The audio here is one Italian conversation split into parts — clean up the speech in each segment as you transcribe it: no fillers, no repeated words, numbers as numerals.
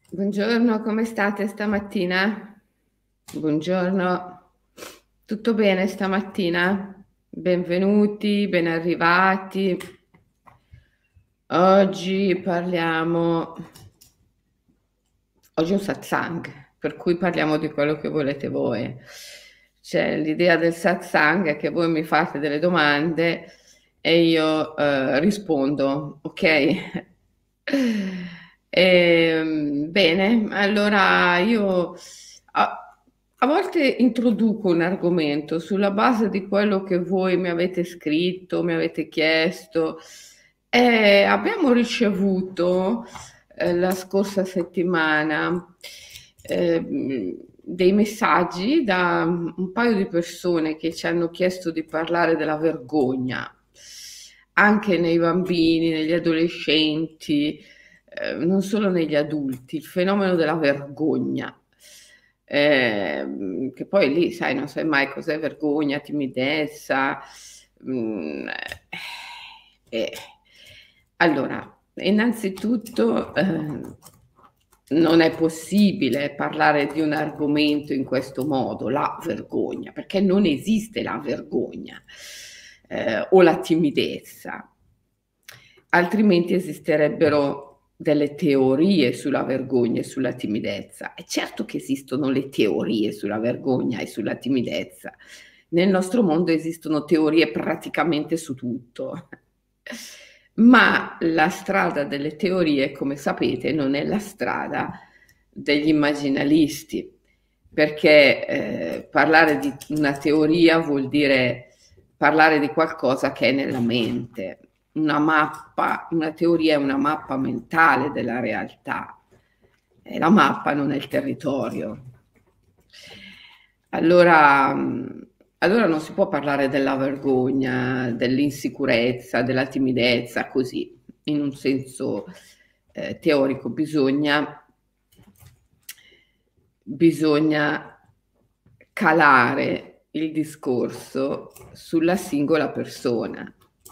Buongiorno, come state stamattina? Buongiorno, tutto bene stamattina? Benvenuti, ben arrivati. Oggi è un satsang, per cui parliamo di quello che volete voi. Cioè, l'idea del satsang è che voi mi fate delle domande e io rispondo, ok? Bene, allora io a volte introduco un argomento sulla base di quello che voi mi avete scritto, mi avete chiesto. Abbiamo ricevuto la scorsa settimana dei messaggi da un paio di persone che ci hanno chiesto di parlare della vergogna, anche nei bambini, negli adolescenti, non solo negli adulti, il fenomeno della vergogna. Che poi lì, sai, non sai mai cos'è vergogna, timidezza. mm, eh, allora, innanzitutto, non è possibile parlare di un argomento in questo modo, la vergogna, perché non esiste la vergogna, o la timidezza, altrimenti esisterebbero delle teorie sulla vergogna e sulla timidezza. E certo che esistono le teorie sulla vergogna e sulla timidezza. Nel nostro mondo esistono teorie praticamente su tutto. Ma la strada delle teorie, come sapete, non è la strada degli immaginalisti, perché parlare di una teoria vuol dire parlare di qualcosa che è nella mente. Una mappa, una teoria è una mappa mentale della realtà, e la mappa non è il territorio. Allora, allora non si può parlare della vergogna, dell'insicurezza, della timidezza così, in un senso teorico. Bisogna calare il discorso sulla singola persona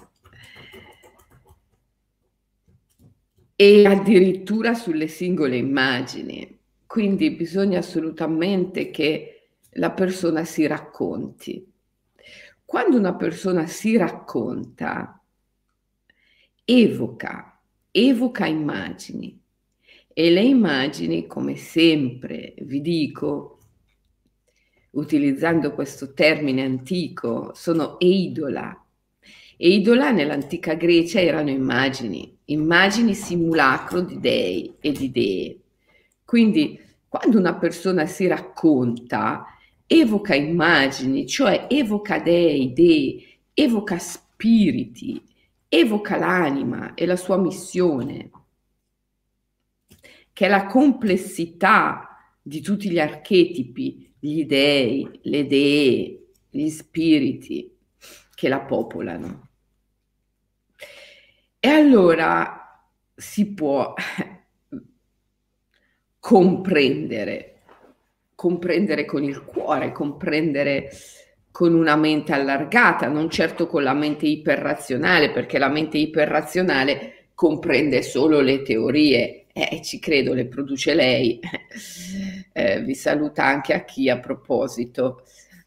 e addirittura sulle singole immagini. Quindi bisogna assolutamente che la persona si racconti. Quando una persona si racconta, evoca, evoca immagini e le immagini, come sempre vi dico, utilizzando questo termine antico, sono eidola. Eidola nell'antica Grecia erano immagini, immagini simulacro di dei e di dee. Quindi quando una persona si racconta, evoca immagini, cioè evoca dei, evoca spiriti, evoca l'anima e la sua missione, che è la complessità di tutti gli archetipi, gli dei, le dee, gli spiriti che la popolano. E allora si può comprendere, comprendere con il cuore, comprendere con una mente allargata, non certo con la mente iperrazionale, perché la mente iperrazionale comprende solo le teorie. Ci credo, le produce lei. Vi saluta anche a chi a proposito.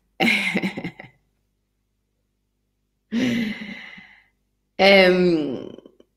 Ehm,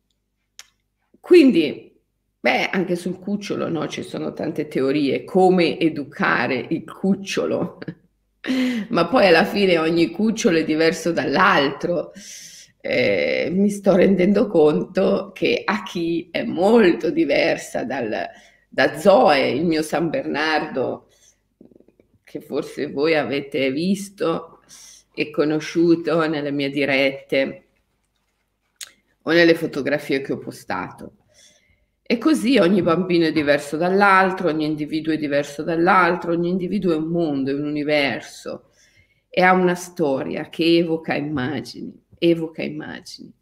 quindi, beh, anche sul cucciolo, no? Ci sono tante teorie, come educare il cucciolo, ma poi alla fine ogni cucciolo è diverso dall'altro. Mi sto rendendo conto che Aki è molto diversa da Zoe, il mio San Bernardo, che forse voi avete visto e conosciuto nelle mie dirette o nelle fotografie che ho postato. E così ogni bambino è diverso dall'altro, ogni individuo è diverso dall'altro, ogni individuo è un mondo, è un universo e ha una storia che evoca immagini, evoca immagini.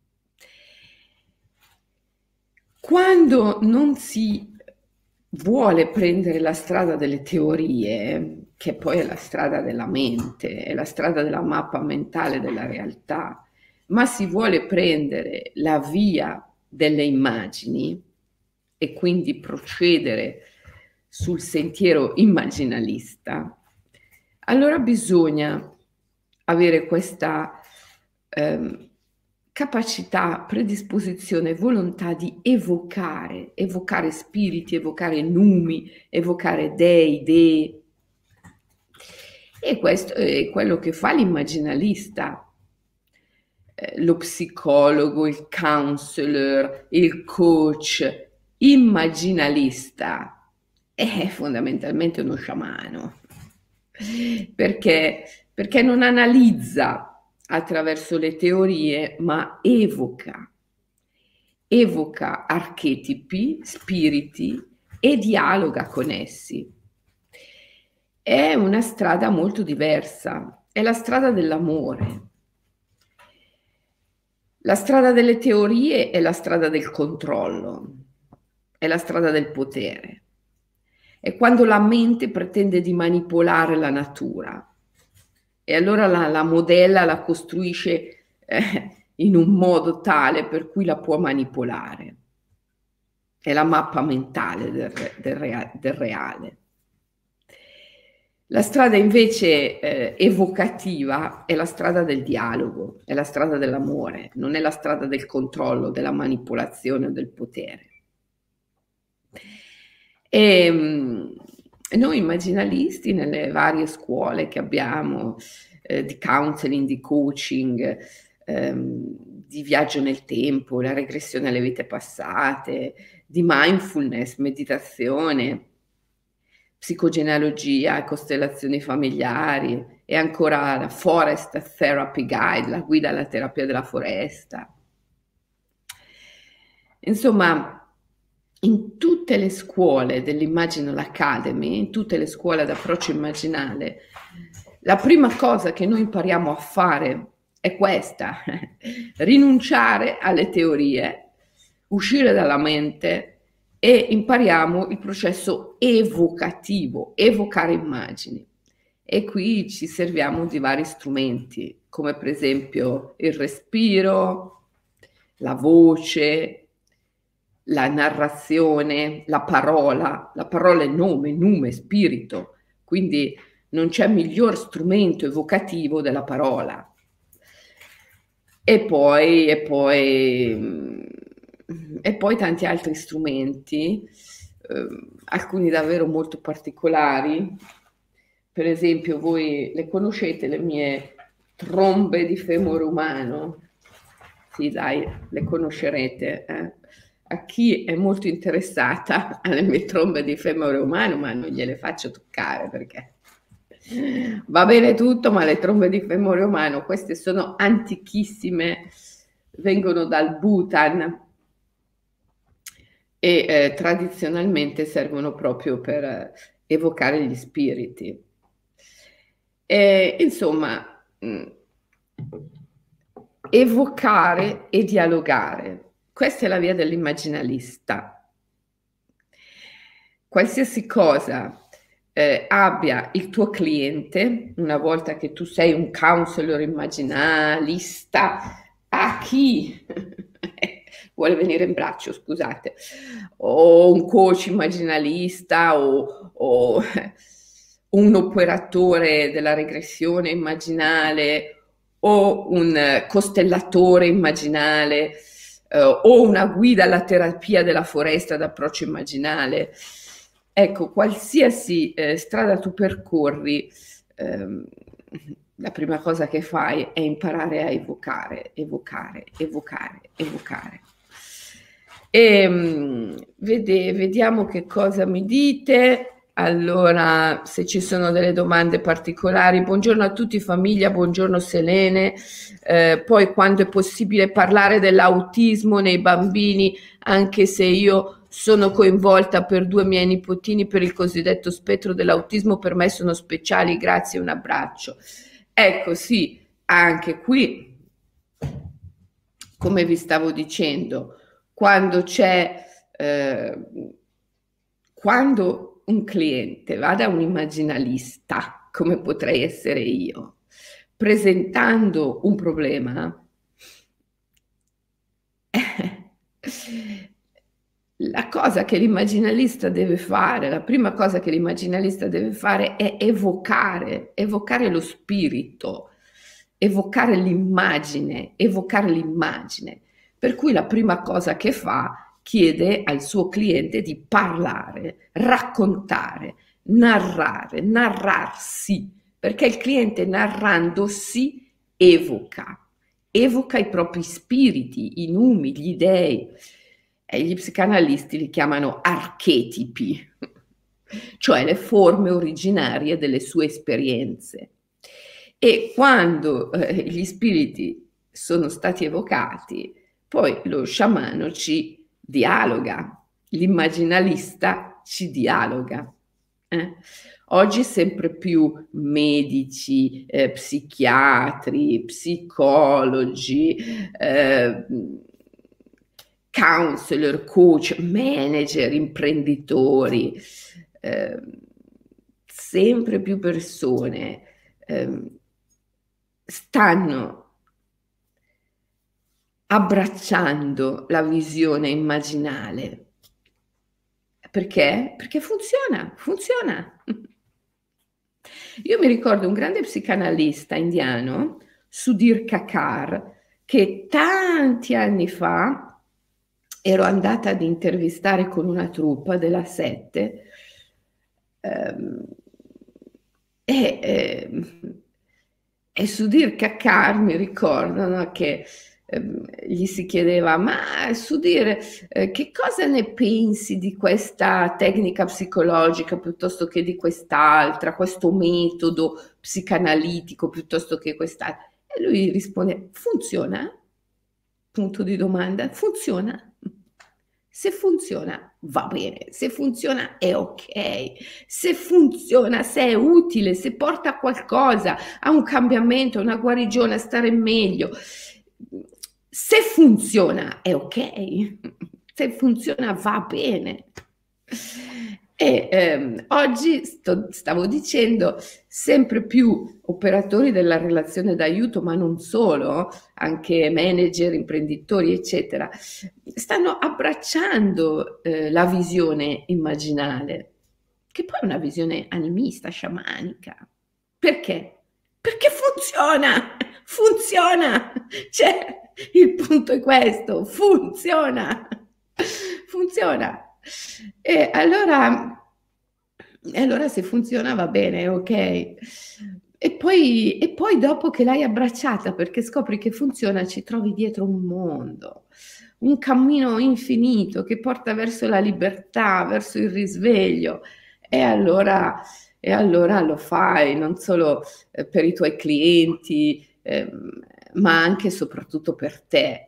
Quando non si vuole prendere la strada delle teorie, che poi è la strada della mente, è la strada della mappa mentale della realtà, ma si vuole prendere la via delle immagini, e quindi procedere sul sentiero immaginalista, allora bisogna avere questa capacità, predisposizione, volontà di evocare spiriti, evocare numi, evocare dei, idee. E questo è quello che fa l'immaginalista, lo psicologo, il counselor, il coach, immaginalista è fondamentalmente uno sciamano, perché non analizza attraverso le teorie, ma evoca archetipi, spiriti e dialoga con essi. È una strada molto diversa, è la strada dell'amore. La strada delle teorie è la strada del controllo, è la strada del potere. È quando la mente pretende di manipolare la natura e allora la modella, la costruisce in un modo tale per cui la può manipolare. È la mappa mentale del reale. La strada invece evocativa è la strada del dialogo, è la strada dell'amore, non è la strada del controllo, della manipolazione o del potere. E noi immaginalisti nelle varie scuole che abbiamo, di counseling, di coaching, di viaggio nel tempo, la regressione alle vite passate, di mindfulness, meditazione, psicogenealogia, costellazioni familiari e ancora la Forest Therapy Guide, la guida alla terapia della foresta. Insomma, in tutte le scuole dell'Imaginal Academy, in tutte le scuole d'approccio immaginale, la prima cosa che noi impariamo a fare è questa: rinunciare alle teorie, uscire dalla mente e impariamo il processo evocativo, evocare immagini. E qui ci serviamo di vari strumenti, come per esempio il respiro, la voce, la narrazione, la parola è nome, nume, spirito, quindi non c'è miglior strumento evocativo della parola. E poi tanti altri strumenti, alcuni davvero molto particolari. Per esempio, voi le conoscete le mie trombe di femore umano? Sì, dai, le conoscerete. A chi è molto interessata alle mie trombe di femore umano, ma non gliele faccio toccare perché va bene tutto, ma le trombe di femore umano, queste sono antichissime, vengono dal Bhutan e tradizionalmente servono proprio per evocare gli spiriti. Insomma, evocare e dialogare. Questa è la via dell'immaginalista. Qualsiasi cosa abbia il tuo cliente, una volta che tu sei un counselor immaginalista, a chi vuole venire in braccio, scusate, o un coach immaginalista o un operatore della regressione immaginale o un costellatore immaginale o una guida alla terapia della foresta d'approccio immaginale. Ecco, qualsiasi strada tu percorri, la prima cosa che fai è imparare a evocare. Vediamo che cosa mi dite. Allora, se ci sono delle domande particolari, buongiorno a tutti famiglia, buongiorno Selene. Poi quando è possibile parlare dell'autismo nei bambini, anche se io sono coinvolta per 2 miei nipotini per il cosiddetto spettro dell'autismo, per me sono speciali, grazie, un abbraccio. Ecco, sì, anche qui, come vi stavo dicendo, quando un cliente va da un immaginalista, come potrei essere io, presentando un problema, La cosa che l'immaginalista deve fare, la prima cosa che l'immaginalista deve fare è evocare lo spirito, evocare l'immagine, evocare l'immagine. Per cui la prima cosa che fa, chiede al suo cliente di parlare, raccontare, narrare, narrarsi, perché il cliente narrandosi evoca i propri spiriti, i numi, gli dei. E gli psicanalisti li chiamano archetipi, cioè le forme originarie delle sue esperienze. E quando gli spiriti sono stati evocati, poi lo sciamano ci dialoga, l'immaginalista ci dialoga. Oggi sempre più medici, psichiatri, psicologi, counselor, coach, manager, imprenditori, sempre più persone stanno abbracciando la visione immaginale. Perché? Perché funziona, funziona. Io mi ricordo un grande psicanalista indiano, Sudhir Kakar, che tanti anni fa ero andata ad intervistare con una troupe della Sette e Sudhir Kakar mi ricordano che gli si chiedeva: ma Sudhir, che cosa ne pensi di questa tecnica psicologica piuttosto che di quest'altra, questo metodo psicanalitico piuttosto che quest'altra? E lui risponde: funziona? Punto di domanda. Funziona? Se funziona va bene, se funziona è ok, se funziona, se è utile, se porta a qualcosa, a un cambiamento, a una guarigione, a stare meglio, se funziona è ok, se funziona va bene. E oggi stavo dicendo, sempre più operatori della relazione d'aiuto, ma non solo, anche manager, imprenditori, eccetera, stanno abbracciando la visione immaginale, che poi è una visione animista, sciamanica. Perché? Perché funziona, funziona. Cioè, il punto è questo, funziona, funziona. E allora se funziona va bene, ok. E poi dopo che l'hai abbracciata perché scopri che funziona, ci trovi dietro un mondo, un cammino infinito che porta verso la libertà, verso il risveglio. E allora, e allora lo fai non solo per i tuoi clienti, ma anche e soprattutto per te.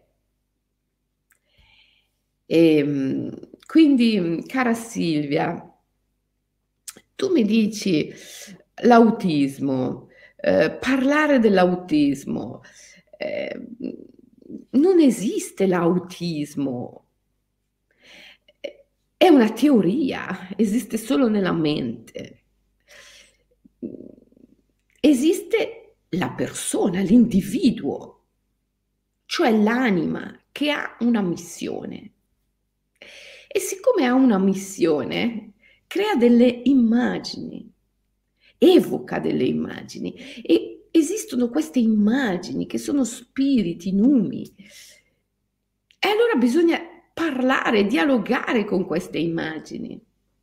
Quindi, cara Silvia, tu mi dici l'autismo, parlare dell'autismo, ehm, non esiste l'autismo, è una teoria, esiste solo nella mente. Esiste la persona, l'individuo, cioè l'anima che ha una missione. E siccome ha una missione, crea delle immagini, evoca delle immagini e esistono queste immagini che sono spiriti, numi. E allora bisogna parlare, dialogare con queste immagini.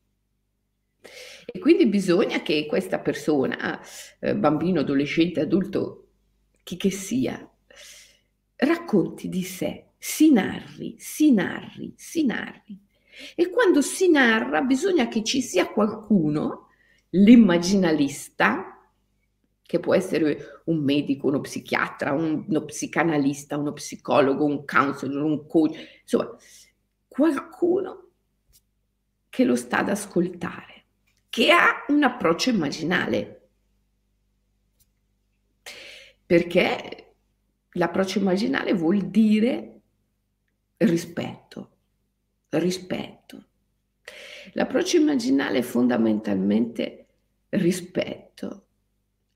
E quindi bisogna che questa persona, bambino, adolescente, adulto, chi che sia, racconti di sé, si narri, si narri, si narri. E quando si narra bisogna che ci sia qualcuno, l'immaginalista, che può essere un medico, uno psichiatra, uno psicanalista, uno psicologo, un counselor, un coach, insomma, qualcuno che lo sta ad ascoltare, che ha un approccio immaginale. Perché l'approccio immaginale vuol dire rispetto, rispetto. L'approccio immaginale è fondamentalmente rispetto, è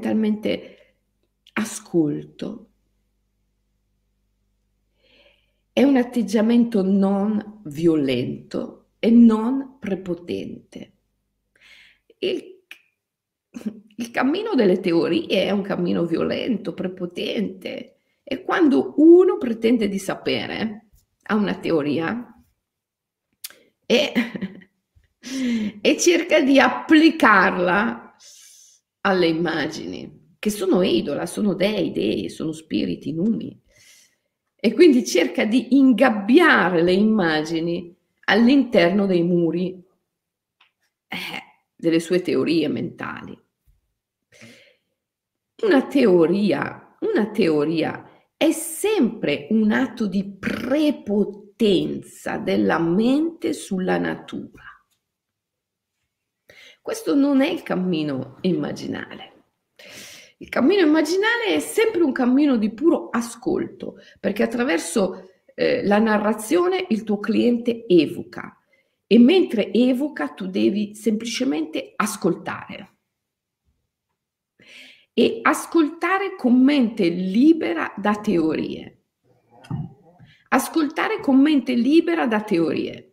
fondamentalmente ascolto, è un atteggiamento non violento e non prepotente. Il il cammino delle teorie è un cammino violento, prepotente, e quando uno pretende di sapere, ha una teoria e e cerca di applicarla alle immagini, che sono idola, sono dei, sono spiriti numi. E quindi cerca di ingabbiare le immagini all'interno dei muri delle sue teorie mentali. Una teoria è sempre un atto di prepotenza della mente sulla natura. Questo non è il cammino immaginale. Il cammino immaginale è sempre un cammino di puro ascolto, perché attraverso la narrazione il tuo cliente evoca, e mentre evoca tu devi semplicemente ascoltare. E ascoltare con mente libera da teorie. Ascoltare con mente libera da teorie.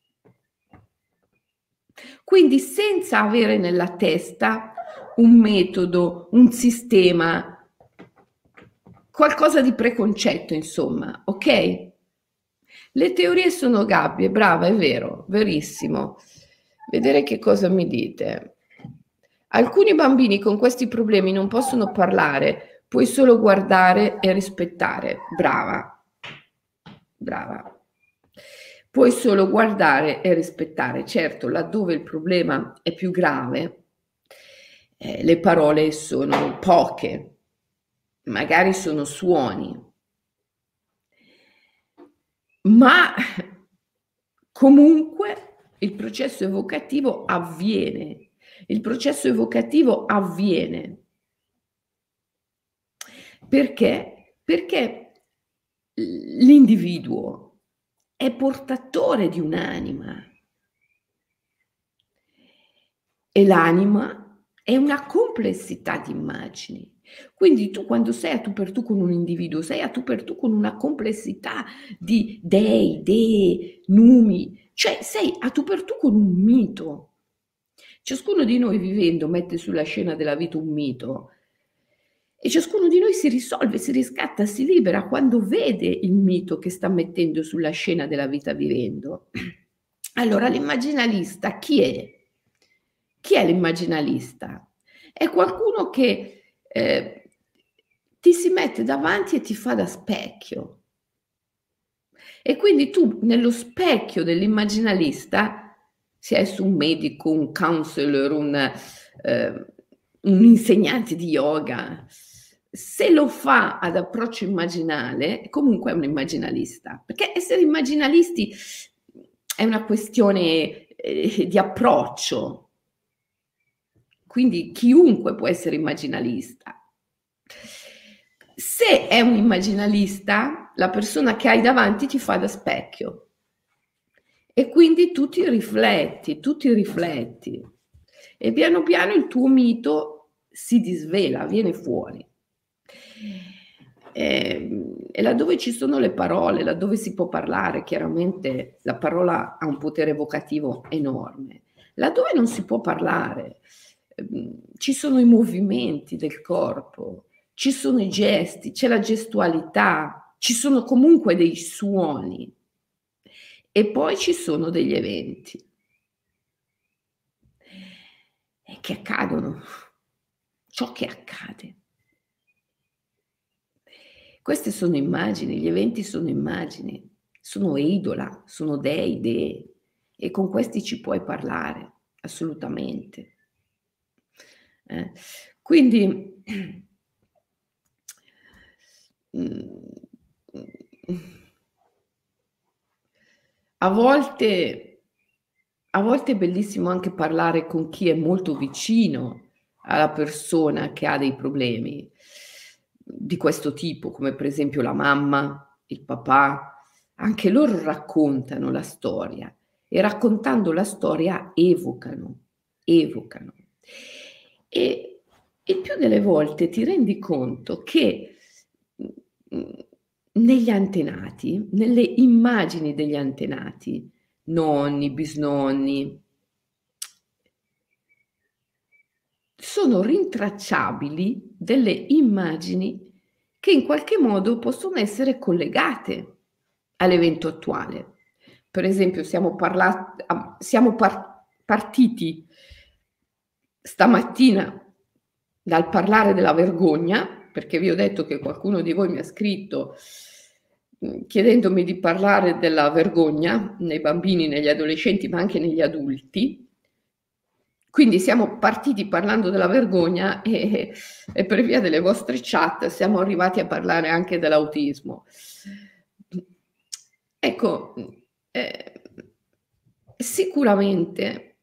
Quindi senza avere nella testa un metodo, un sistema, qualcosa di preconcetto, insomma, ok? Le teorie sono gabbie, brava, è vero, verissimo. Vedere che cosa mi dite. Alcuni bambini con questi problemi non possono parlare, puoi solo guardare e rispettare. Brava, brava. Puoi solo guardare e rispettare. Certo, laddove il problema è più grave, le parole sono poche, magari sono suoni, ma comunque il processo evocativo avviene. Il processo evocativo avviene. Perché? Perché l'individuo è portatore di un'anima e l'anima è una complessità di immagini. Quindi tu quando sei a tu per tu con un individuo, sei a tu per tu con una complessità di dei, idee, numi, cioè sei a tu per tu con un mito. Ciascuno di noi vivendo mette sulla scena della vita un mito e ciascuno di noi si risolve, si riscatta, si libera quando vede il mito che sta mettendo sulla scena della vita vivendo. Allora, l'immaginalista chi è? Chi è l'immaginalista? È qualcuno che ti si mette davanti e ti fa da specchio. E quindi tu nello specchio dell'immaginalista, sia esso un medico, un counselor, un insegnante di yoga, se lo fa ad approccio immaginale, comunque è un immaginalista, perché essere immaginalisti è una questione di approccio, quindi chiunque può essere immaginalista. Se è un immaginalista, la persona che hai davanti ti fa da specchio e quindi tu ti rifletti e piano piano il tuo mito si disvela, viene fuori. E laddove ci sono le parole, laddove si può parlare, chiaramente la parola ha un potere evocativo enorme. Laddove non si può parlare, ci sono i movimenti del corpo, ci sono i gesti, c'è la gestualità, ci sono comunque dei suoni e poi ci sono degli eventi che accadono, ciò che accade. Queste sono immagini, gli eventi sono immagini, sono idola, sono dei, idee e con questi ci puoi parlare, assolutamente. Quindi a volte è bellissimo anche parlare con chi è molto vicino alla persona che ha dei problemi di questo tipo, come per esempio la mamma, il papà, anche loro raccontano la storia e raccontando la storia evocano. E il più delle volte ti rendi conto che negli antenati, nelle immagini degli antenati, nonni, bisnonni, sono rintracciabili delle immagini che in qualche modo possono essere collegate all'evento attuale. Per esempio siamo partiti stamattina dal parlare della vergogna, perché vi ho detto che qualcuno di voi mi ha scritto chiedendomi di parlare della vergogna nei bambini, negli adolescenti, ma anche negli adulti. Quindi siamo partiti parlando della vergogna e per via delle vostre chat siamo arrivati a parlare anche dell'autismo. Ecco, sicuramente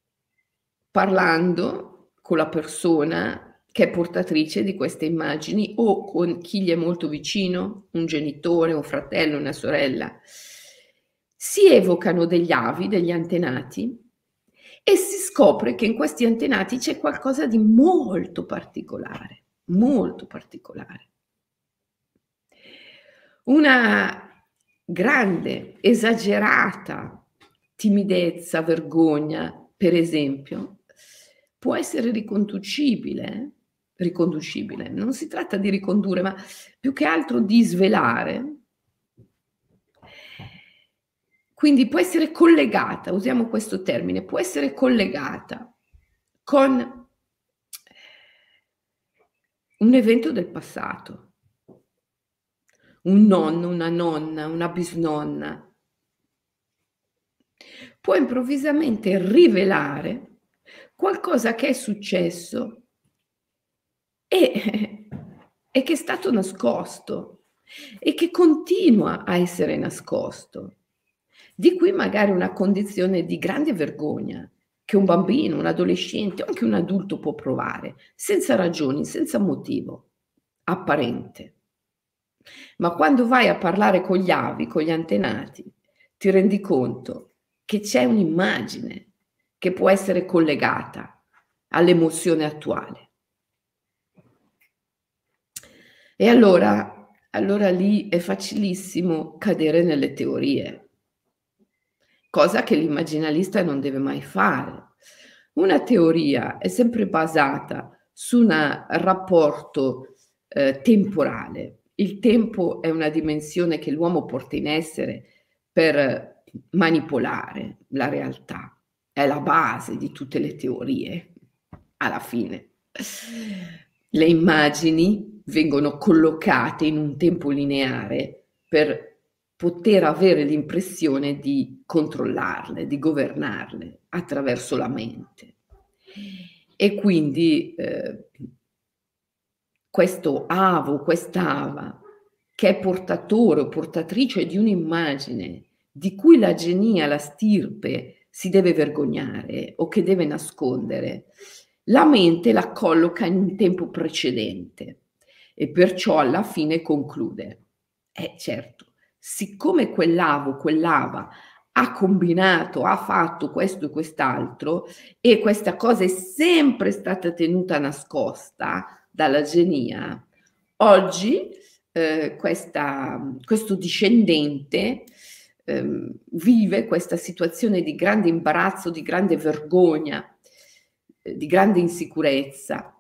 parlando con la persona che è portatrice di queste immagini o con chi gli è molto vicino, un genitore, un fratello, una sorella, si evocano degli avi, degli antenati, e si scopre che in questi antenati c'è qualcosa di molto particolare, molto particolare. Una grande, esagerata timidezza, vergogna, per esempio, può essere riconducibile, non si tratta di ricondurre, ma più che altro di svelare. Quindi può essere collegata, usiamo questo termine, può essere collegata con un evento del passato, un nonno, una nonna, una bisnonna. Può improvvisamente rivelare qualcosa che è successo e che è stato nascosto e che continua a essere nascosto. Di qui magari una condizione di grande vergogna che un bambino, un adolescente o anche un adulto può provare, senza ragioni, senza motivo apparente. Ma quando vai a parlare con gli avi, con gli antenati, ti rendi conto che c'è un'immagine che può essere collegata all'emozione attuale. E allora lì è facilissimo cadere nelle teorie, cosa che l'immaginalista non deve mai fare. Una teoria è sempre basata su un rapporto temporale. Il tempo è una dimensione che l'uomo porta in essere per manipolare la realtà, è la base di tutte le teorie, alla fine. Le immagini vengono collocate in un tempo lineare per poter avere l'impressione di controllarle, di governarle attraverso la mente. E quindi questo avo, quest'ava, che è portatore o portatrice di un'immagine di cui la genia, la stirpe si deve vergognare o che deve nascondere, la mente la colloca in un tempo precedente e perciò alla fine conclude. Certo, siccome quell'avo, quell'ava ha combinato, ha fatto questo e quest'altro e questa cosa è sempre stata tenuta nascosta dalla genia, oggi questo discendente vive questa situazione di grande imbarazzo, di grande vergogna, di grande insicurezza.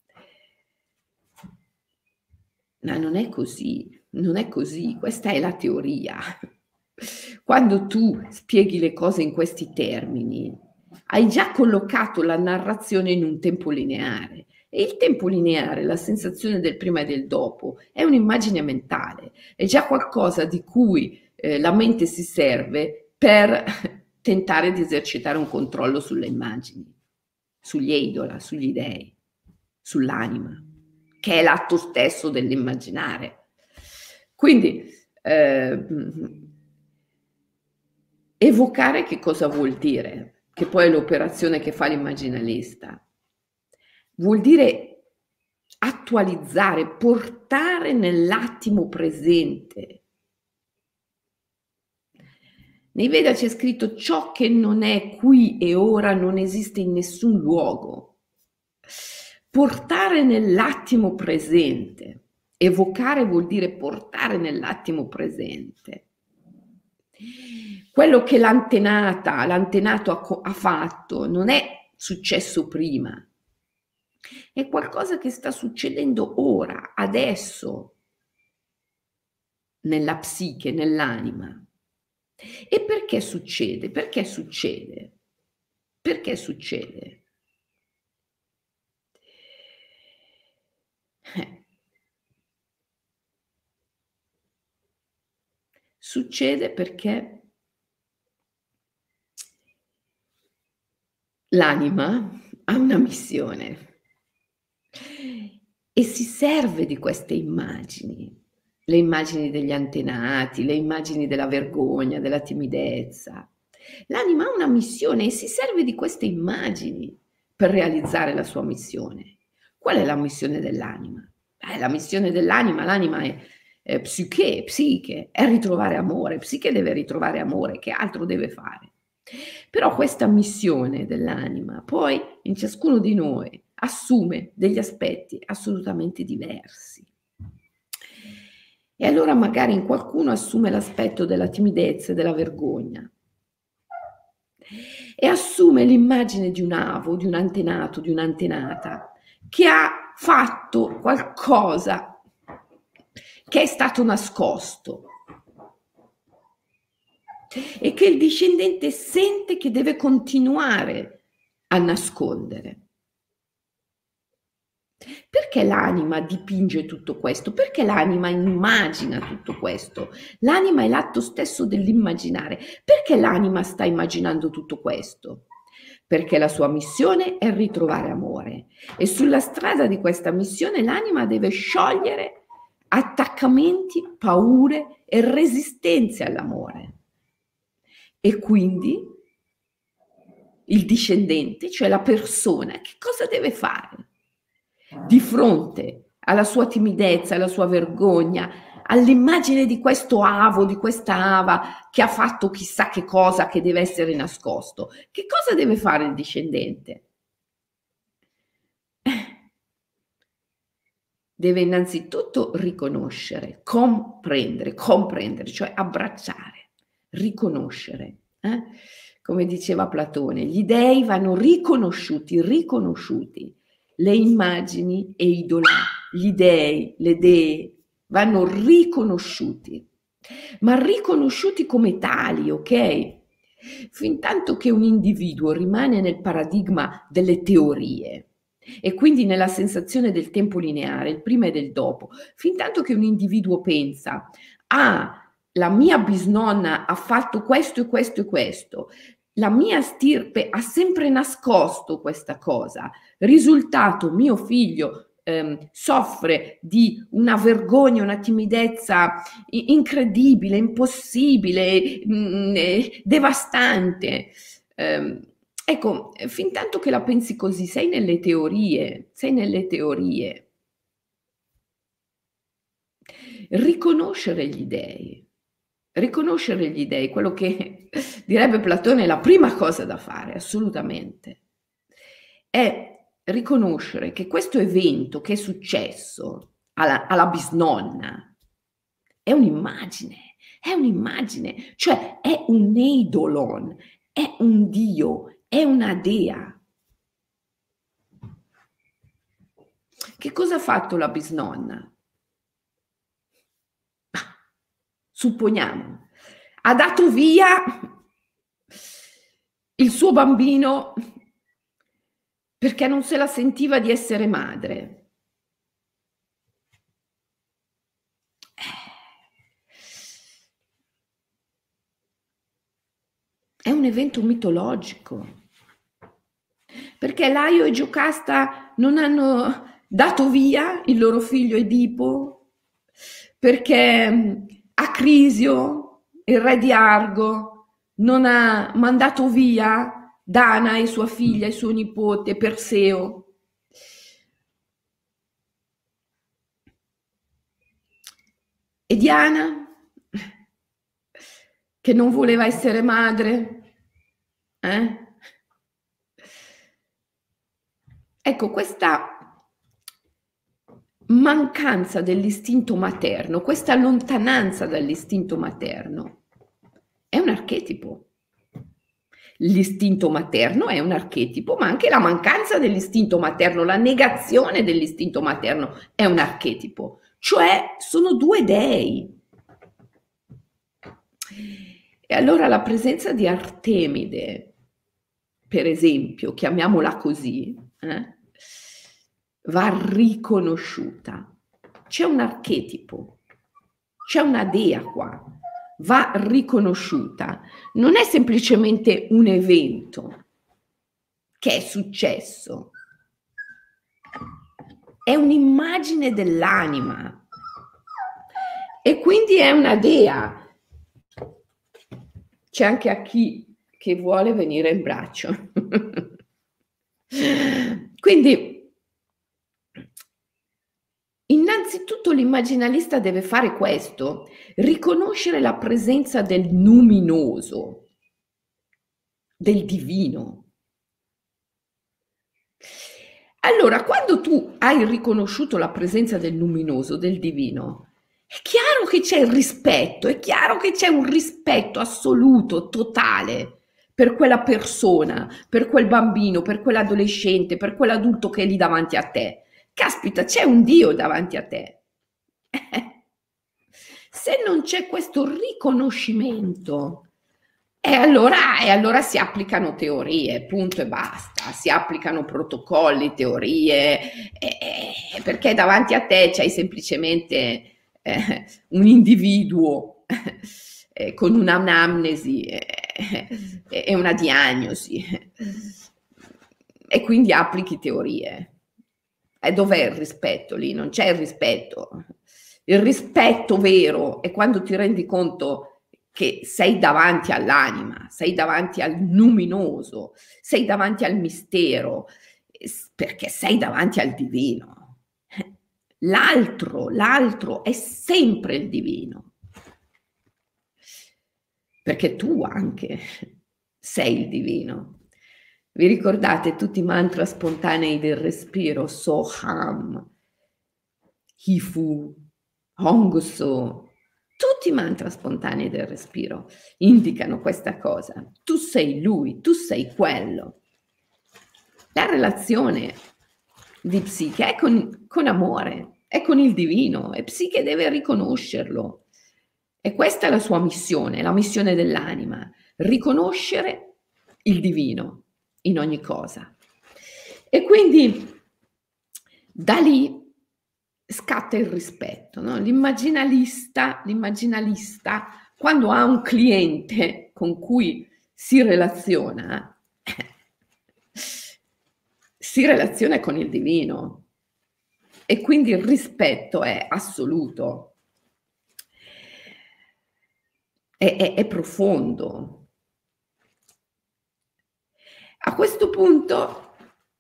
Ma non è così, non è così, questa è la teoria. Quando tu spieghi le cose in questi termini, hai già collocato la narrazione in un tempo lineare. E il tempo lineare, la sensazione del prima e del dopo, è un'immagine mentale, è già qualcosa di cui la mente si serve per tentare di esercitare un controllo sulle immagini, sugli eidola, sugli dei, sull'anima, che è l'atto stesso dell'immaginare. Quindi evocare che cosa vuol dire? Che poi è l'operazione che fa l'immaginalista. Vuol dire attualizzare, portare nell'attimo presente. Nei Veda c'è scritto: ciò che non è qui e ora non esiste in nessun luogo. Portare nell'attimo presente. Evocare vuol dire portare nell'attimo presente. Quello che l'antenato ha fatto non è successo prima, è qualcosa che sta succedendo ora, adesso, nella psiche, nell'anima. E perché succede? Perché succede? Perché succede? Succede perché l'anima ha una missione e si serve di queste immagini, le immagini degli antenati, le immagini della vergogna, della timidezza. L'anima ha una missione e si serve di queste immagini per realizzare la sua missione. Qual è la missione dell'anima? La missione dell'anima, l'anima è psiche, è ritrovare amore, psiche deve ritrovare amore, che altro deve fare? Però questa missione dell'anima poi in ciascuno di noi assume degli aspetti assolutamente diversi. E allora magari in qualcuno assume l'aspetto della timidezza e della vergogna e assume l'immagine di un avo, di un antenato, di un'antenata che ha fatto qualcosa che è stato nascosto e che il discendente sente che deve continuare a nascondere. Perché l'anima dipinge tutto questo? Perché l'anima immagina tutto questo? L'anima è l'atto stesso dell'immaginare. Perché l'anima sta immaginando tutto questo? Perché la sua missione è ritrovare amore e sulla strada di questa missione l'anima deve sciogliere attaccamenti, paure e resistenze all'amore. E quindi il discendente, cioè la persona, che cosa deve fare? Di fronte alla sua timidezza, alla sua vergogna, all'immagine di questo avo, di questa ava che ha fatto chissà che cosa che deve essere nascosto. Che cosa deve fare il discendente? Deve innanzitutto riconoscere, comprendere, cioè abbracciare, riconoscere. Come diceva Platone, gli dei vanno riconosciuti, le immagini e gli dei, le dee, vanno riconosciuti, ma riconosciuti come tali, ok? Fintanto che un individuo rimane nel paradigma delle teorie e quindi nella sensazione del tempo lineare, il prima e del dopo, fintanto che un individuo pensa, la mia bisnonna ha fatto questo e questo e questo, la mia stirpe ha sempre nascosto questa cosa, risultato mio figlio soffre di una vergogna, una timidezza incredibile, impossibile, devastante. Ecco, fintanto che la pensi così, sei nelle teorie. Riconoscere gli dei, quello che direbbe Platone è la prima cosa da fare, assolutamente, è riconoscere che questo evento che è successo alla bisnonna è un'immagine, cioè è un eidolon, è un dio, è una dea. Che cosa ha fatto la bisnonna? Supponiamo, ha dato via il suo bambino perché non se la sentiva di essere madre. È un evento mitologico, perché Laio e Giocasta non hanno dato via il loro figlio Edipo, perché Acrisio, il re di Argo, non ha mandato via Dana e sua figlia e suo nipote Perseo. E Diana, che non voleva essere madre, Ecco, questa mancanza dell'istinto materno, questa lontananza dall'istinto materno, è un archetipo. L'istinto materno è un archetipo, ma anche la mancanza dell'istinto materno, la negazione dell'istinto materno è un archetipo, cioè sono due dei. E allora la presenza di Artemide, per esempio, chiamiamola così, va riconosciuta. C'è un archetipo, c'è una dea qua, va riconosciuta. Non è semplicemente un evento che è successo, è un'immagine dell'anima e quindi è una dea. C'è anche a chi che vuole venire in braccio. Quindi, innanzitutto l'immaginalista deve fare questo, riconoscere la presenza del luminoso, del divino. Allora, quando tu hai riconosciuto la presenza del luminoso, del divino, è chiaro che c'è il rispetto, è chiaro che c'è un rispetto assoluto, totale, per quella persona, per quel bambino, per quell'adolescente, per quell'adulto che è lì davanti a te. Caspita, c'è un Dio davanti a te. Se non c'è questo riconoscimento, e allora si applicano teorie, punto e basta, si applicano protocolli, teorie, perché davanti a te c'hai semplicemente un individuo con un'anamnesi e una diagnosi e quindi applichi teorie. E dov'è il rispetto lì? Non c'è il rispetto. Il rispetto vero è quando ti rendi conto che sei davanti all'anima, sei davanti al luminoso, sei davanti al mistero, perché sei davanti al divino. L'altro è sempre il divino, perché tu anche sei il divino. Vi ricordate tutti i mantra spontanei del respiro? Soham, Hifu, Hongso, tutti i mantra spontanei del respiro indicano questa cosa. Tu sei lui, tu sei quello. La relazione di Psiche è con amore, è con il divino e Psiche deve riconoscerlo. E questa è la sua missione, la missione dell'anima, riconoscere il divino in ogni cosa. E quindi da lì scatta il rispetto, no? L'immaginalista, quando ha un cliente con cui si relaziona con il divino e quindi il rispetto è assoluto, è profondo. A questo punto,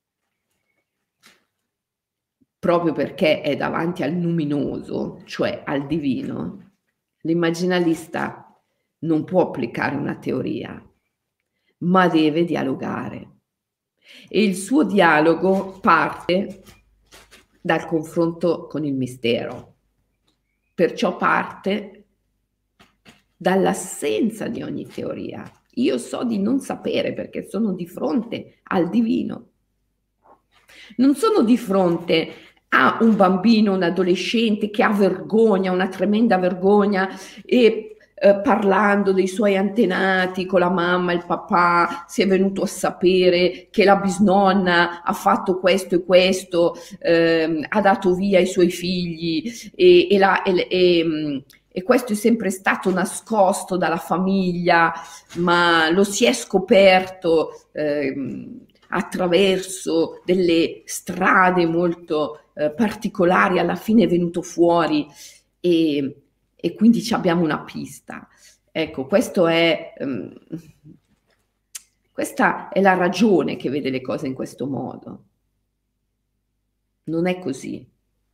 proprio perché è davanti al luminoso, cioè al divino, l'immaginalista non può applicare una teoria, ma deve dialogare. E il suo dialogo parte dal confronto con il mistero, perciò parte dall'assenza di ogni teoria. Io so di non sapere perché sono di fronte al divino. Non sono di fronte a un bambino, un adolescente che ha vergogna, una tremenda vergogna e parlando dei suoi antenati con la mamma e il papà si è venuto a sapere che la bisnonna ha fatto questo e questo, ha dato via i suoi figli e questo è sempre stato nascosto dalla famiglia, ma lo si è scoperto attraverso delle strade molto particolari, alla fine è venuto fuori e quindi abbiamo una pista. Ecco, questa è la ragione che vede le cose in questo modo. Non è così.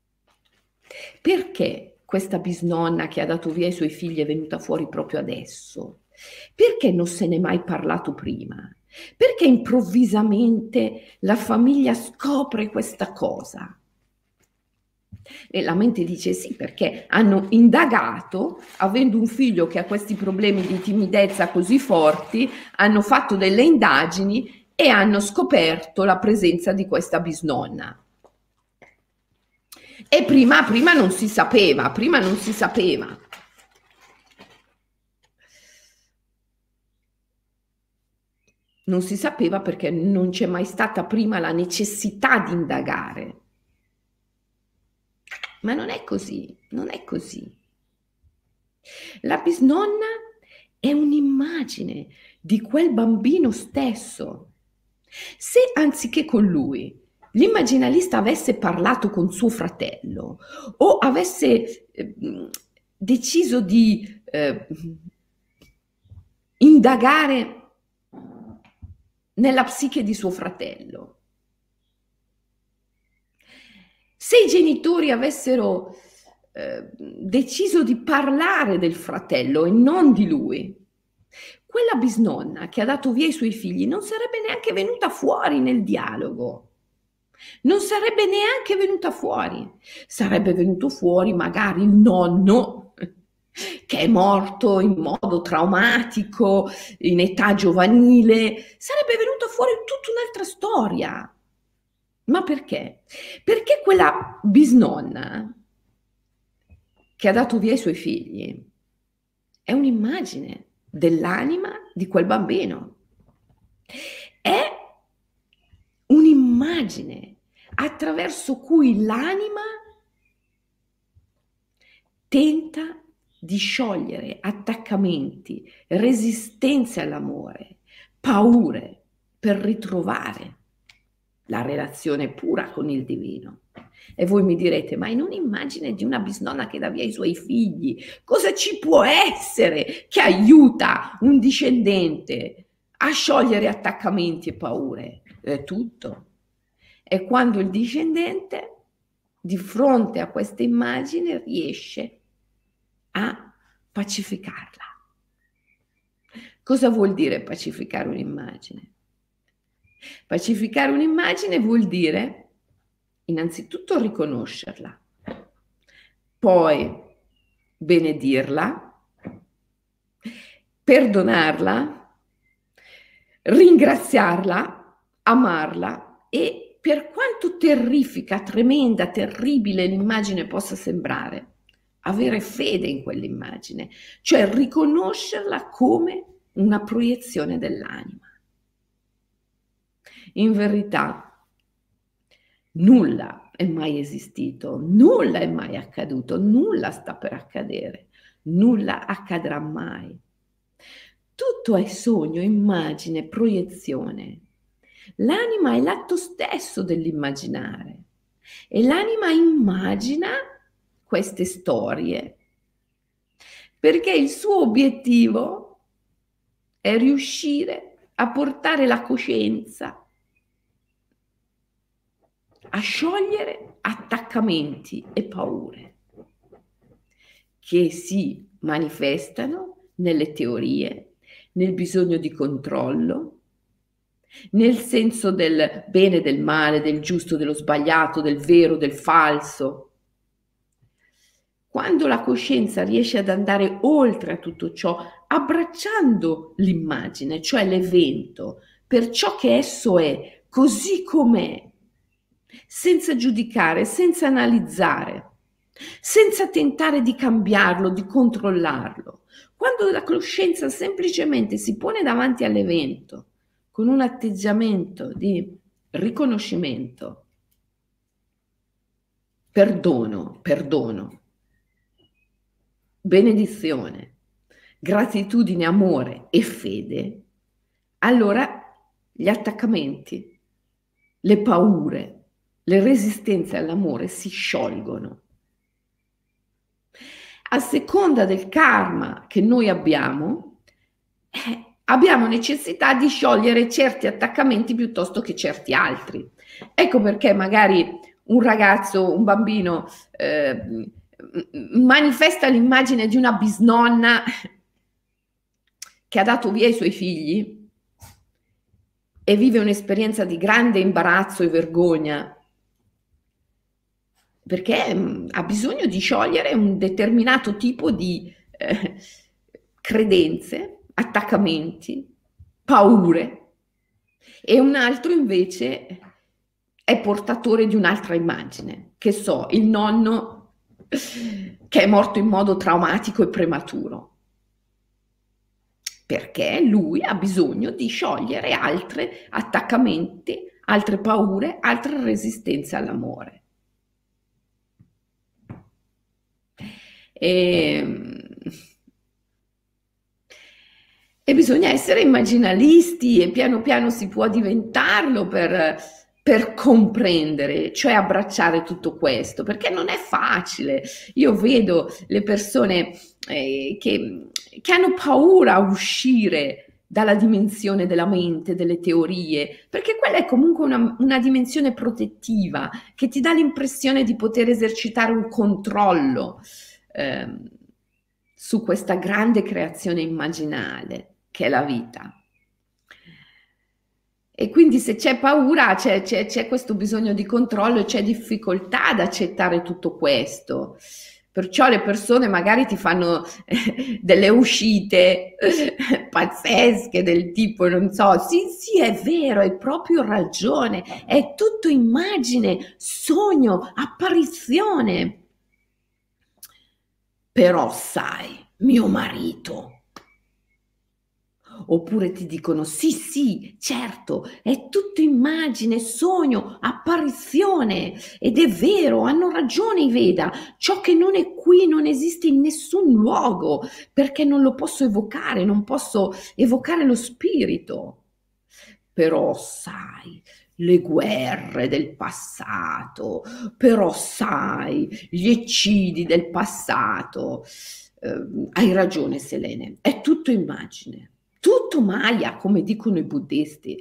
Perché questa bisnonna che ha dato via i suoi figli è venuta fuori proprio adesso? Perché non se n'è mai parlato prima? Perché improvvisamente la famiglia scopre questa cosa? E la mente dice sì, perché hanno indagato, avendo un figlio che ha questi problemi di timidezza così forti, hanno fatto delle indagini e hanno scoperto la presenza di questa bisnonna. E prima non si sapeva, prima non si sapeva. Non si sapeva perché non c'è mai stata prima la necessità di indagare. Ma non è così, non è così. La bisnonna è un'immagine di quel bambino stesso. Se anziché con lui l'immaginalista avesse parlato con suo fratello o avesse deciso di indagare nella psiche di suo fratello, se i genitori avessero deciso di parlare del fratello e non di lui, quella bisnonna che ha dato via i suoi figli non sarebbe neanche venuta fuori nel dialogo. Non sarebbe neanche venuta fuori. Sarebbe venuto fuori magari il nonno che è morto in modo traumatico, in età giovanile. Sarebbe venuta fuori tutta un'altra storia. Ma perché? Perché quella bisnonna che ha dato via i suoi figli è un'immagine dell'anima di quel bambino. È un'immagine attraverso cui l'anima tenta di sciogliere attaccamenti, resistenze all'amore, paure per ritrovare la relazione pura con il divino. E voi mi direte, ma in un'immagine di una bisnonna che dà via i suoi figli, cosa ci può essere che aiuta un discendente a sciogliere attaccamenti e paure? È tutto. È quando il discendente, di fronte a questa immagine, riesce a pacificarla. Cosa vuol dire pacificare un'immagine? Pacificare un'immagine vuol dire innanzitutto riconoscerla, poi benedirla, perdonarla, ringraziarla, amarla e per quanto terrifica, tremenda, terribile l'immagine possa sembrare, avere fede in quell'immagine, cioè riconoscerla come una proiezione dell'anima. In verità, nulla è mai esistito, nulla è mai accaduto, nulla sta per accadere, nulla accadrà mai. Tutto è sogno, immagine, proiezione. L'anima è l'atto stesso dell'immaginare e l'anima immagina queste storie perché il suo obiettivo è riuscire a portare la coscienza a sciogliere attaccamenti e paure che si manifestano nelle teorie, nel bisogno di controllo, nel senso del bene, del male, del giusto, dello sbagliato, del vero, del falso. Quando la coscienza riesce ad andare oltre a tutto ciò, abbracciando l'immagine, cioè l'evento, per ciò che esso è, così com'è, senza giudicare, senza analizzare, senza tentare di cambiarlo, di controllarlo. Quando la coscienza semplicemente si pone davanti all'evento con un atteggiamento di riconoscimento, perdono, benedizione, gratitudine, amore e fede, allora gli attaccamenti, le paure, le resistenze all'amore si sciolgono. A seconda del karma che noi abbiamo necessità di sciogliere certi attaccamenti piuttosto che certi altri. Ecco perché magari un ragazzo, un bambino manifesta l'immagine di una bisnonna che ha dato via i suoi figli e vive un'esperienza di grande imbarazzo e vergogna perché ha bisogno di sciogliere un determinato tipo di credenze, attaccamenti, paure, e un altro invece è portatore di un'altra immagine, che so, il nonno che è morto in modo traumatico e prematuro, perché lui ha bisogno di sciogliere altri attaccamenti, altre paure, altre resistenze all'amore. E bisogna essere immaginalisti e piano piano si può diventarlo per comprendere, cioè abbracciare tutto questo, perché non è facile. Io vedo le persone che hanno paura a uscire dalla dimensione della mente, delle teorie, perché quella è comunque una dimensione protettiva che ti dà l'impressione di poter esercitare un controllo ehm, su questa grande creazione immaginale che è la vita. E quindi se c'è paura, c'è questo bisogno di controllo e c'è difficoltà ad accettare tutto questo. Perciò le persone magari ti fanno delle uscite pazzesche del tipo, non so, sì, sì, è vero, hai proprio ragione, è tutto immagine, sogno, apparizione. Però sai, mio marito. Oppure ti dicono sì, sì, certo, è tutto immagine, sogno, apparizione ed è vero, hanno ragione i Veda, ciò che non è qui non esiste in nessun luogo perché non lo posso evocare, non posso evocare lo spirito. Però sai, le guerre del passato, però sai, gli eccidi del passato. Hai ragione, Selene, è tutto immagine, tutto Maya, come dicono i buddisti,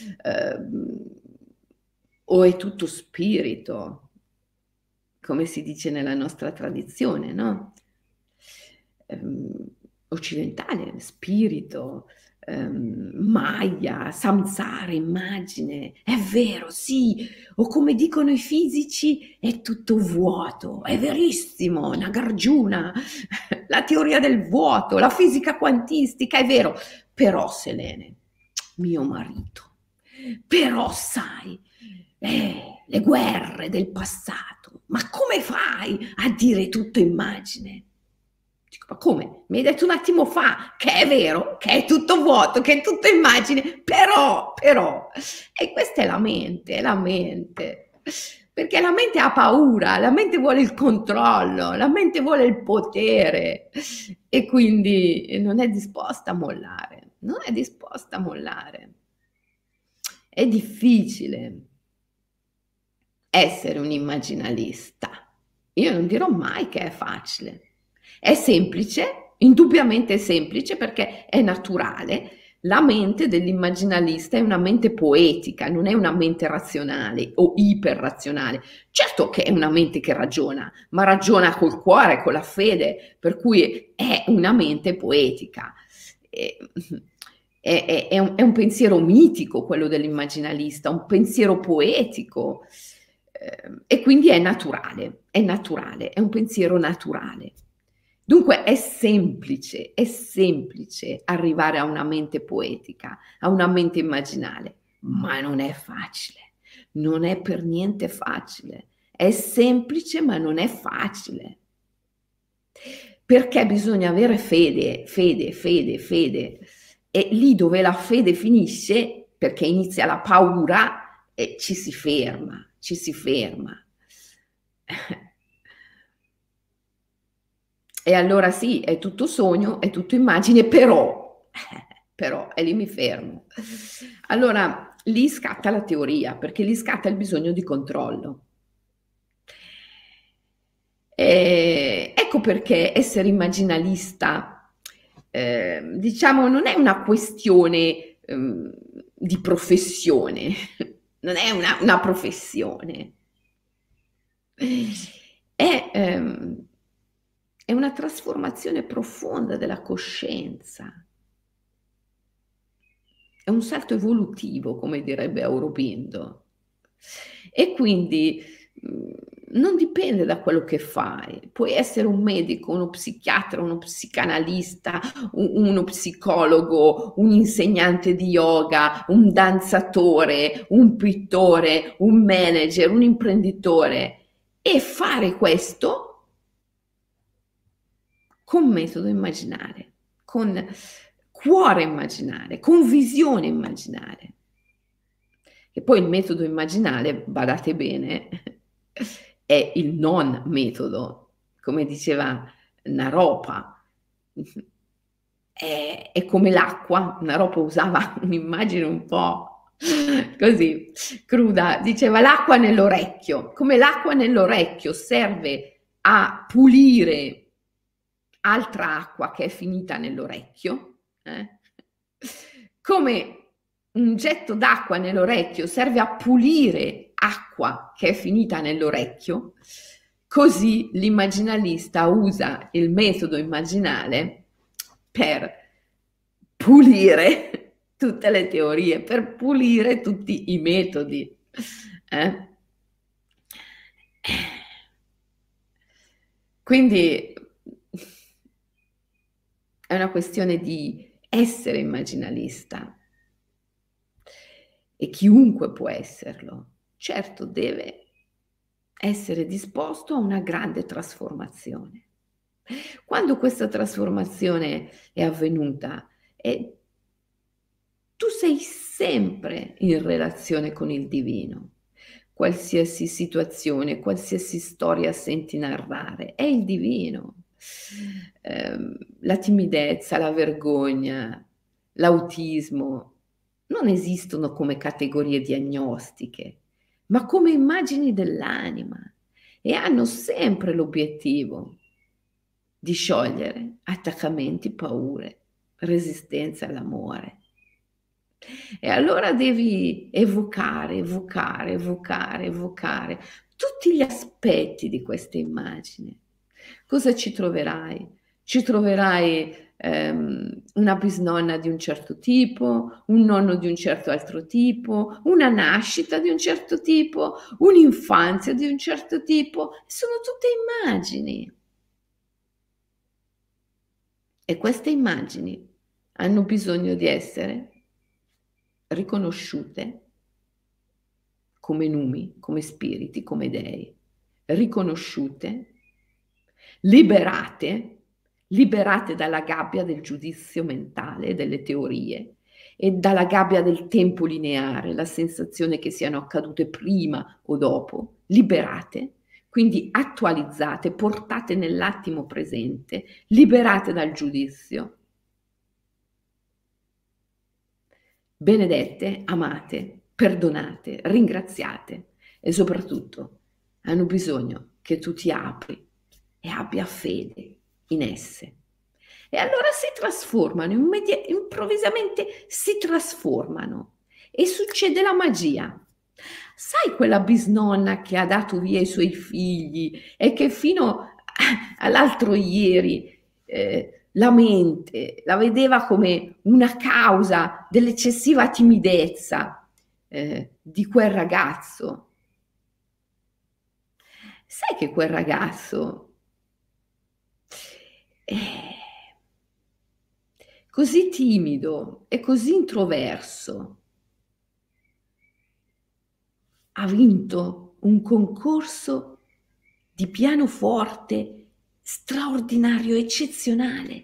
o è tutto spirito, come si dice nella nostra tradizione, no? Ehm, occidentale, spirito, Maya, samsara, immagine, è vero, sì, o come dicono i fisici, è tutto vuoto, è verissimo, Nagarjuna, la teoria del vuoto, la fisica quantistica, è vero, però Selene, mio marito, però sai, le guerre del passato, ma come fai a dire tutto immagine? Dico, ma come? Mi hai detto un attimo fa che è vero, che è tutto vuoto, che è tutto immagine, però, e questa è la mente, perché la mente ha paura, la mente vuole il controllo, la mente vuole il potere e quindi non è disposta a mollare, non è disposta a mollare. È difficile essere un immaginalista. Io non dirò mai che è facile. È semplice, indubbiamente semplice perché è naturale. La mente dell'immaginalista è una mente poetica, non è una mente razionale o iperrazionale. Certo che è una mente che ragiona, ma ragiona col cuore, con la fede, per cui è una mente poetica. È un pensiero mitico quello dell'immaginalista, un pensiero poetico e quindi è naturale, è un pensiero naturale. Dunque è semplice arrivare a una mente poetica, a una mente immaginale, ma non è facile, non è per niente facile. È semplice, ma non è facile. Perché bisogna avere fede, fede, fede, fede. E lì dove la fede finisce, perché inizia la paura, ci si ferma, ci si ferma. E allora sì, è tutto sogno, è tutto immagine, però, e lì mi fermo. Allora, lì scatta la teoria, perché lì scatta il bisogno di controllo. Ecco perché essere immaginalista, diciamo, non è una questione di professione, non è una professione, è, è una trasformazione profonda della coscienza, è un salto evolutivo, come direbbe Aurobindo. E quindi non dipende da quello che fai. Puoi essere un medico, uno psichiatra, uno psicanalista, uno psicologo, un insegnante di yoga, un danzatore, un pittore, un manager, un imprenditore e fare questo con metodo immaginare, con cuore immaginare, con visione immaginare. E poi il metodo immaginale, badate bene, è il non metodo, come diceva Naropa, è come l'acqua. Naropa usava un'immagine un po' così cruda, diceva l'acqua nell'orecchio, come l'acqua nell'orecchio serve a pulire altra acqua che è finita nell'orecchio, come un getto d'acqua nell'orecchio serve a pulire acqua che è finita nell'orecchio, così l'immaginalista usa il metodo immaginale per pulire tutte le teorie, per pulire tutti i metodi. Quindi è una questione di essere immaginalista e chiunque può esserlo. Certo, deve essere disposto a una grande trasformazione. Quando questa trasformazione è avvenuta, tu sei sempre in relazione con il divino. Qualsiasi situazione, qualsiasi storia senti narrare, è il divino. La timidezza, la vergogna, l'autismo non esistono come categorie diagnostiche, ma come immagini dell'anima e hanno sempre l'obiettivo di sciogliere attaccamenti, paure, resistenza all'amore. E allora devi evocare tutti gli aspetti di questa immagine. Cosa ci troverai? Ci troverai una bisnonna di un certo tipo, un nonno di un certo altro tipo, una nascita di un certo tipo, un'infanzia di un certo tipo. Sono tutte immagini. E queste immagini hanno bisogno di essere riconosciute come numi, come spiriti, come dei, riconosciute, liberate dalla gabbia del giudizio mentale, delle teorie e dalla gabbia del tempo lineare, la sensazione che siano accadute prima o dopo, liberate, quindi attualizzate, portate nell'attimo presente, liberate dal giudizio. Benedette, amate, perdonate, ringraziate e soprattutto hanno bisogno che tu ti apri e abbia fede in esse. E allora si trasformano, improvvisamente si trasformano e succede la magia. Sai quella bisnonna che ha dato via i suoi figli e che fino all'altro ieri la mente la vedeva come una causa dell'eccessiva timidezza di quel ragazzo. Sai che quel ragazzo così timido e così introverso ha vinto un concorso di pianoforte straordinario, eccezionale.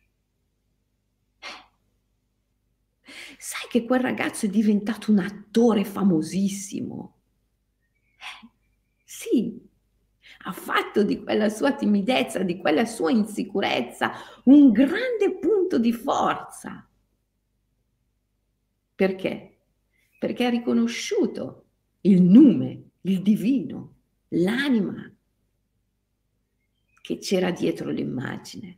Sai che quel ragazzo è diventato un attore famosissimo? Sì, ha fatto di quella sua timidezza, di quella sua insicurezza, un grande punto di forza. Perché? Perché ha riconosciuto il nume, il divino, l'anima che c'era dietro l'immagine.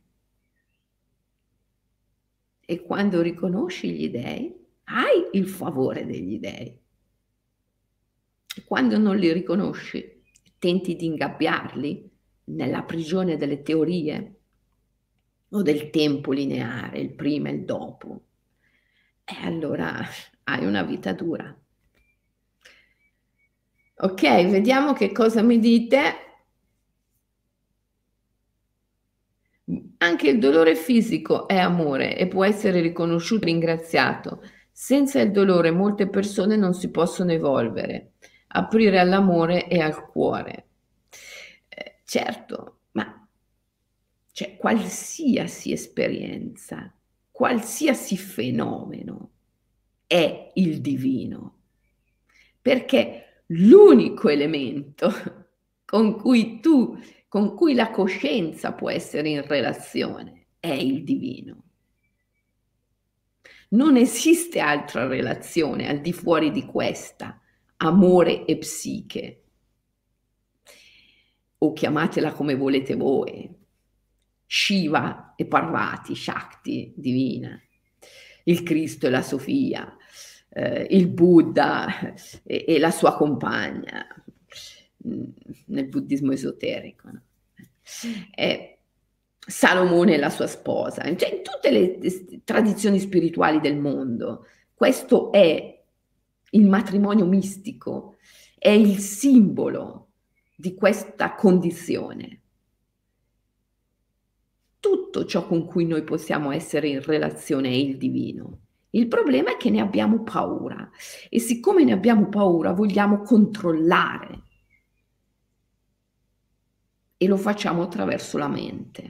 E quando riconosci gli dèi, hai il favore degli dèi. E quando non li riconosci, tenti di ingabbiarli nella prigione delle teorie o del tempo lineare, il prima e il dopo, e allora hai una vita dura. Ok, vediamo che cosa mi dite. Anche il dolore fisico è amore e può essere riconosciuto e ringraziato. Senza il dolore molte persone non si possono evolvere, aprire all'amore e al cuore. Certo, ma cioè, qualsiasi esperienza, qualsiasi fenomeno è il divino, perché l'unico elemento con cui con cui la coscienza può essere in relazione è il divino. Non esiste altra relazione al di fuori di questa, amore e psiche, o chiamatela come volete voi, Shiva e Parvati, Shakti, divina, il Cristo e la Sofia, il Buddha e la sua compagna, nel buddismo esoterico, no? Salomone e la sua sposa, cioè in tutte le tradizioni spirituali del mondo, questo è il matrimonio mistico, è il simbolo di questa condizione. Tutto ciò con cui noi possiamo essere in relazione è il divino. Il problema è che ne abbiamo paura e siccome ne abbiamo paura vogliamo controllare e lo facciamo attraverso la mente.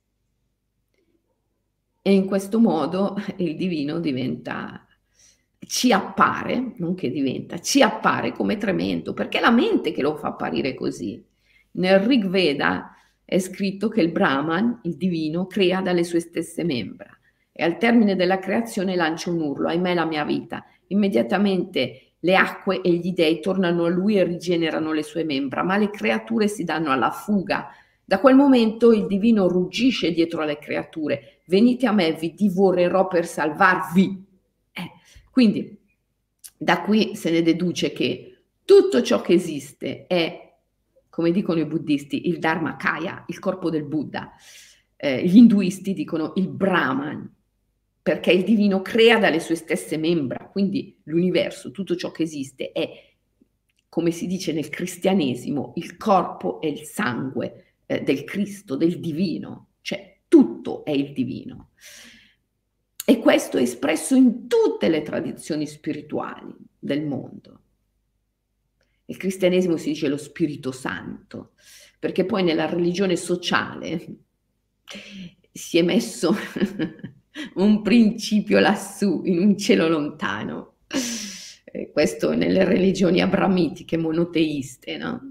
E in questo modo il divino ci appare, non che diventa, ci appare come tremendo, perché è la mente che lo fa apparire così. Nel Rig Veda è scritto che il Brahman, il divino, crea dalle sue stesse membra e al termine della creazione lancia un urlo, ahimè la mia vita. Immediatamente le acque e gli dei tornano a lui e rigenerano le sue membra, ma le creature si danno alla fuga. Da quel momento il divino ruggisce dietro alle creature, venite a me, vi divorerò per salvarvi. Quindi da qui se ne deduce che tutto ciò che esiste è, come dicono i buddisti, il Dharmakaya, il corpo del Buddha. Gli induisti dicono il Brahman, perché il divino crea dalle sue stesse membra, quindi l'universo, tutto ciò che esiste è, come si dice nel cristianesimo, il corpo e il sangue del Cristo, del divino, cioè tutto è il divino. E questo è espresso in tutte le tradizioni spirituali del mondo. Il cristianesimo si dice lo Spirito Santo, perché poi nella religione sociale si è messo un principio lassù, in un cielo lontano. Questo nelle religioni abramitiche, monoteiste, no?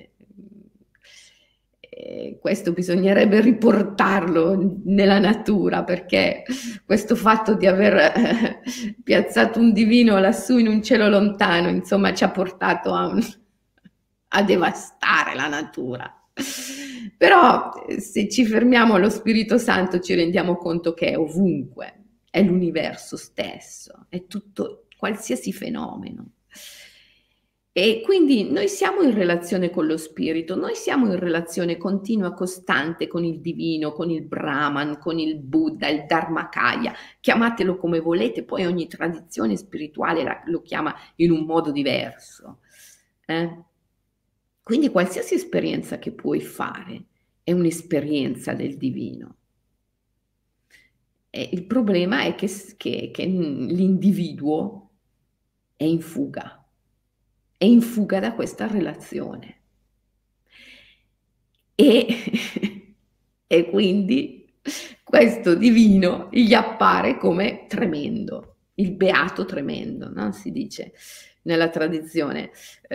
Questo bisognerebbe riportarlo nella natura, perché questo fatto di aver piazzato un divino lassù in un cielo lontano, insomma, ci ha portato a devastare la natura. Però se ci fermiamo allo Spirito Santo ci rendiamo conto che è ovunque, è l'universo stesso, è tutto, qualsiasi fenomeno. E quindi noi siamo in relazione con lo spirito, noi siamo in relazione continua, costante con il divino, con il Brahman, con il Buddha, il Dharmakaya, chiamatelo come volete, poi ogni tradizione spirituale lo chiama in un modo diverso. Quindi qualsiasi esperienza che puoi fare è un'esperienza del divino. E il problema è che l'individuo è in fuga da questa relazione. E, e quindi questo divino gli appare come tremendo, il beato tremendo, no? Si dice nella tradizione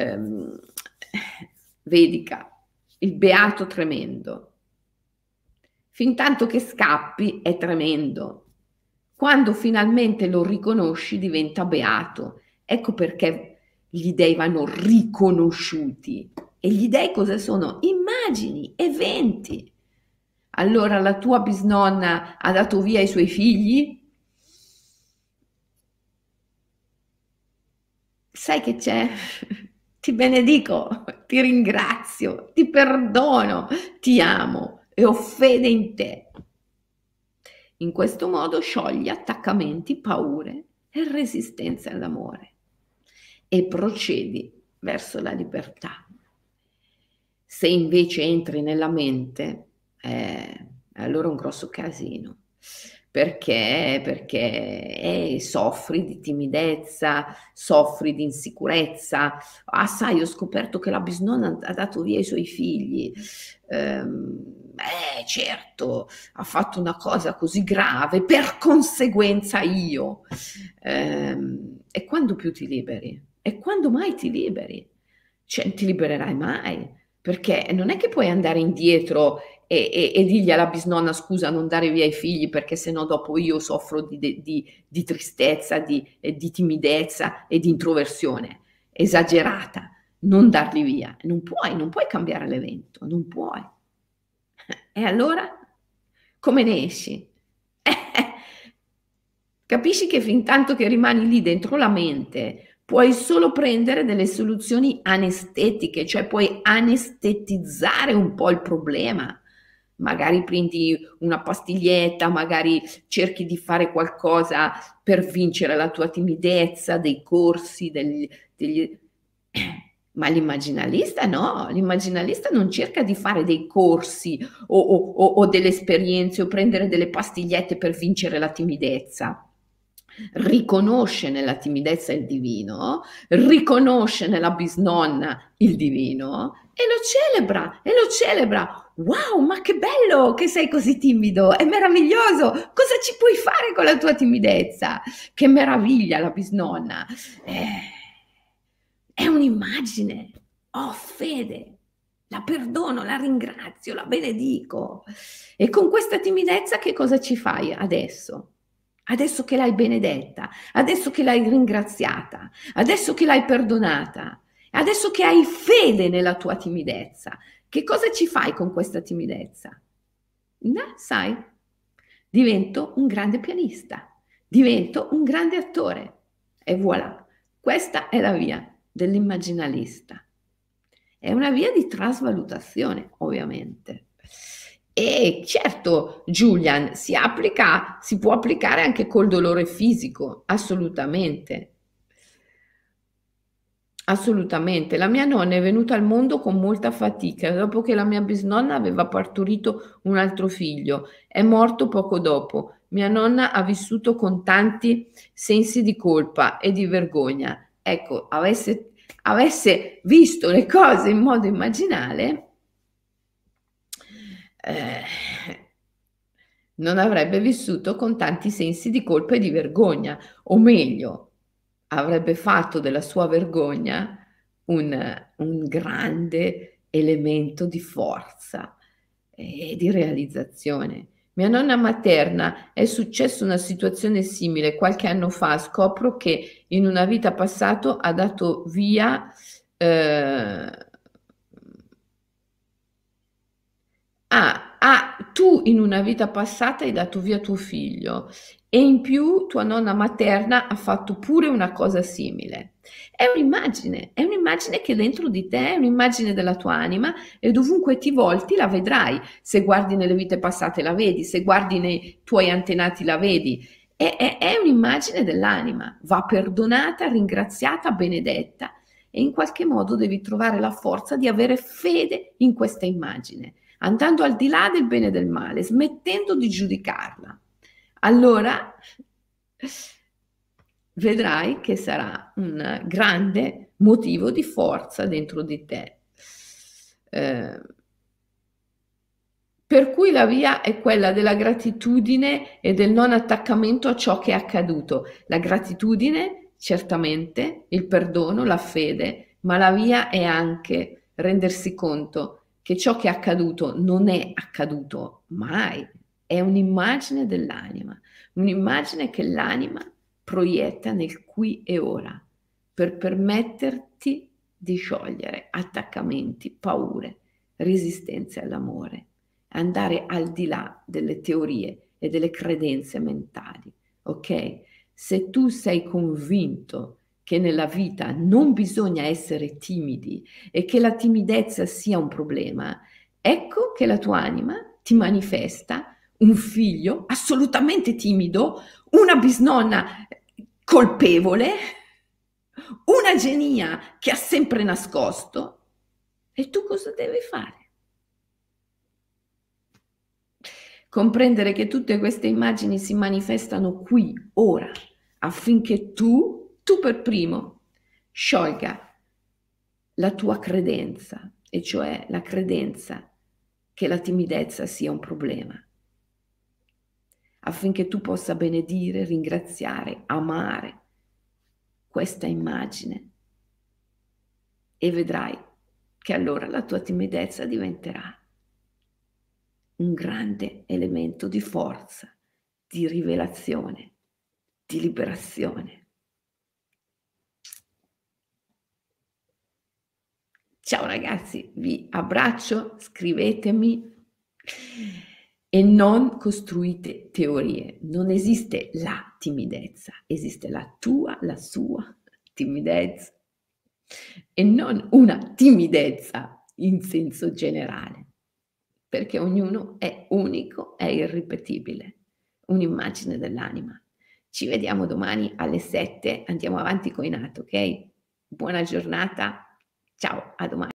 vedica, il beato tremendo. Fintanto che scappi è tremendo. Quando finalmente lo riconosci diventa beato. Ecco perché gli dei vanno riconosciuti. E gli dei cosa sono? Immagini, eventi. Allora la tua bisnonna ha dato via i suoi figli? Sai che c'è? Ti benedico, ti ringrazio, ti perdono, ti amo e ho fede in te. In questo modo sciogli attaccamenti, paure e resistenze all'amore e procedi verso la libertà. Se invece entri nella mente, allora è un grosso casino. Perché soffri di timidezza, soffri di insicurezza. Ah, sai, ho scoperto che la bisnonna ha dato via i suoi figli. Certo, ha fatto una cosa così grave, per conseguenza io. E quando più ti liberi? E quando mai ti liberi? Cioè, non ti libererai mai, perché non è che puoi andare indietro e dirgli alla bisnonna: scusa, non dare via i figli perché sennò dopo io soffro di tristezza, di timidezza e di introversione esagerata. Non darli via, non puoi cambiare l'evento, non puoi. E allora come ne esci? Capisci che fin tanto che rimani lì dentro la mente puoi solo prendere delle soluzioni anestetiche, cioè puoi anestetizzare un po' il problema. Magari prendi una pastiglietta, magari cerchi di fare qualcosa per vincere la tua timidezza, dei corsi, degli... Ma l'immaginalista no, l'immaginalista non cerca di fare dei corsi o delle esperienze o prendere delle pastigliette per vincere la timidezza. Riconosce nella timidezza il divino, riconosce nella bisnonna il divino e lo celebra, e lo celebra. Wow, ma che bello che sei così timido, è meraviglioso. Cosa ci puoi fare con la tua timidezza? Che meraviglia la bisnonna. È un'immagine. Oh, fede, la perdono, la ringrazio, la benedico. E con questa timidezza che cosa ci fai adesso? Adesso che l'hai benedetta, adesso che l'hai ringraziata, adesso che l'hai perdonata, adesso che hai fede nella tua timidezza, che cosa ci fai con questa timidezza? Sai, divento un grande pianista, divento un grande attore e voilà, questa è la via dell'immaginalista. È una via di trasvalutazione, ovviamente. E certo, Julian, si può applicare anche col dolore fisico, assolutamente. Assolutamente. La mia nonna è venuta al mondo con molta fatica, dopo che la mia bisnonna aveva partorito un altro figlio. È morto poco dopo. Mia nonna ha vissuto con tanti sensi di colpa e di vergogna. Ecco, avesse visto le cose in modo immaginale, non avrebbe vissuto con tanti sensi di colpa e di vergogna, o meglio, avrebbe fatto della sua vergogna un grande elemento di forza e di realizzazione. Mia nonna materna è successa una situazione simile qualche anno fa. Scopro che in una vita passata ha dato via tu in una vita passata hai dato via tuo figlio e in più tua nonna materna ha fatto pure una cosa simile. È un'immagine che dentro di te, è un'immagine della tua anima e dovunque ti volti la vedrai. Se guardi nelle vite passate la vedi, se guardi nei tuoi antenati la vedi. È un'immagine dell'anima, va perdonata, ringraziata, benedetta e in qualche modo devi trovare la forza di avere fede in questa immagine, andando al di là del bene e del male, smettendo di giudicarla. Allora vedrai che sarà un grande motivo di forza dentro di te. Per cui la via è quella della gratitudine e del non attaccamento a ciò che è accaduto. La gratitudine, certamente, il perdono, la fede, ma la via è anche rendersi conto che ciò che è accaduto non è accaduto mai, è un'immagine dell'anima, un'immagine che l'anima proietta nel qui e ora per permetterti di sciogliere attaccamenti, paure, resistenze all'amore, andare al di là delle teorie e delle credenze mentali, ok? Se tu sei convinto che nella vita non bisogna essere timidi e che la timidezza sia un problema, ecco che la tua anima ti manifesta un figlio assolutamente timido, una bisnonna colpevole, una genia che ha sempre nascosto, e tu cosa devi fare? Comprendere che tutte queste immagini si manifestano qui, ora, affinché tu per primo, sciolga la tua credenza, e cioè la credenza che la timidezza sia un problema, affinché tu possa benedire, ringraziare, amare questa immagine, e vedrai che allora la tua timidezza diventerà un grande elemento di forza, di rivelazione, di liberazione. Ciao ragazzi, vi abbraccio, scrivetemi e non costruite teorie. Non esiste la timidezza, esiste la tua, la sua timidezza, e non una timidezza in senso generale, perché ognuno è unico, è irripetibile, un'immagine dell'anima. Ci vediamo domani alle 7, andiamo avanti con i NAT, ok? Buona giornata, ciao, a domani.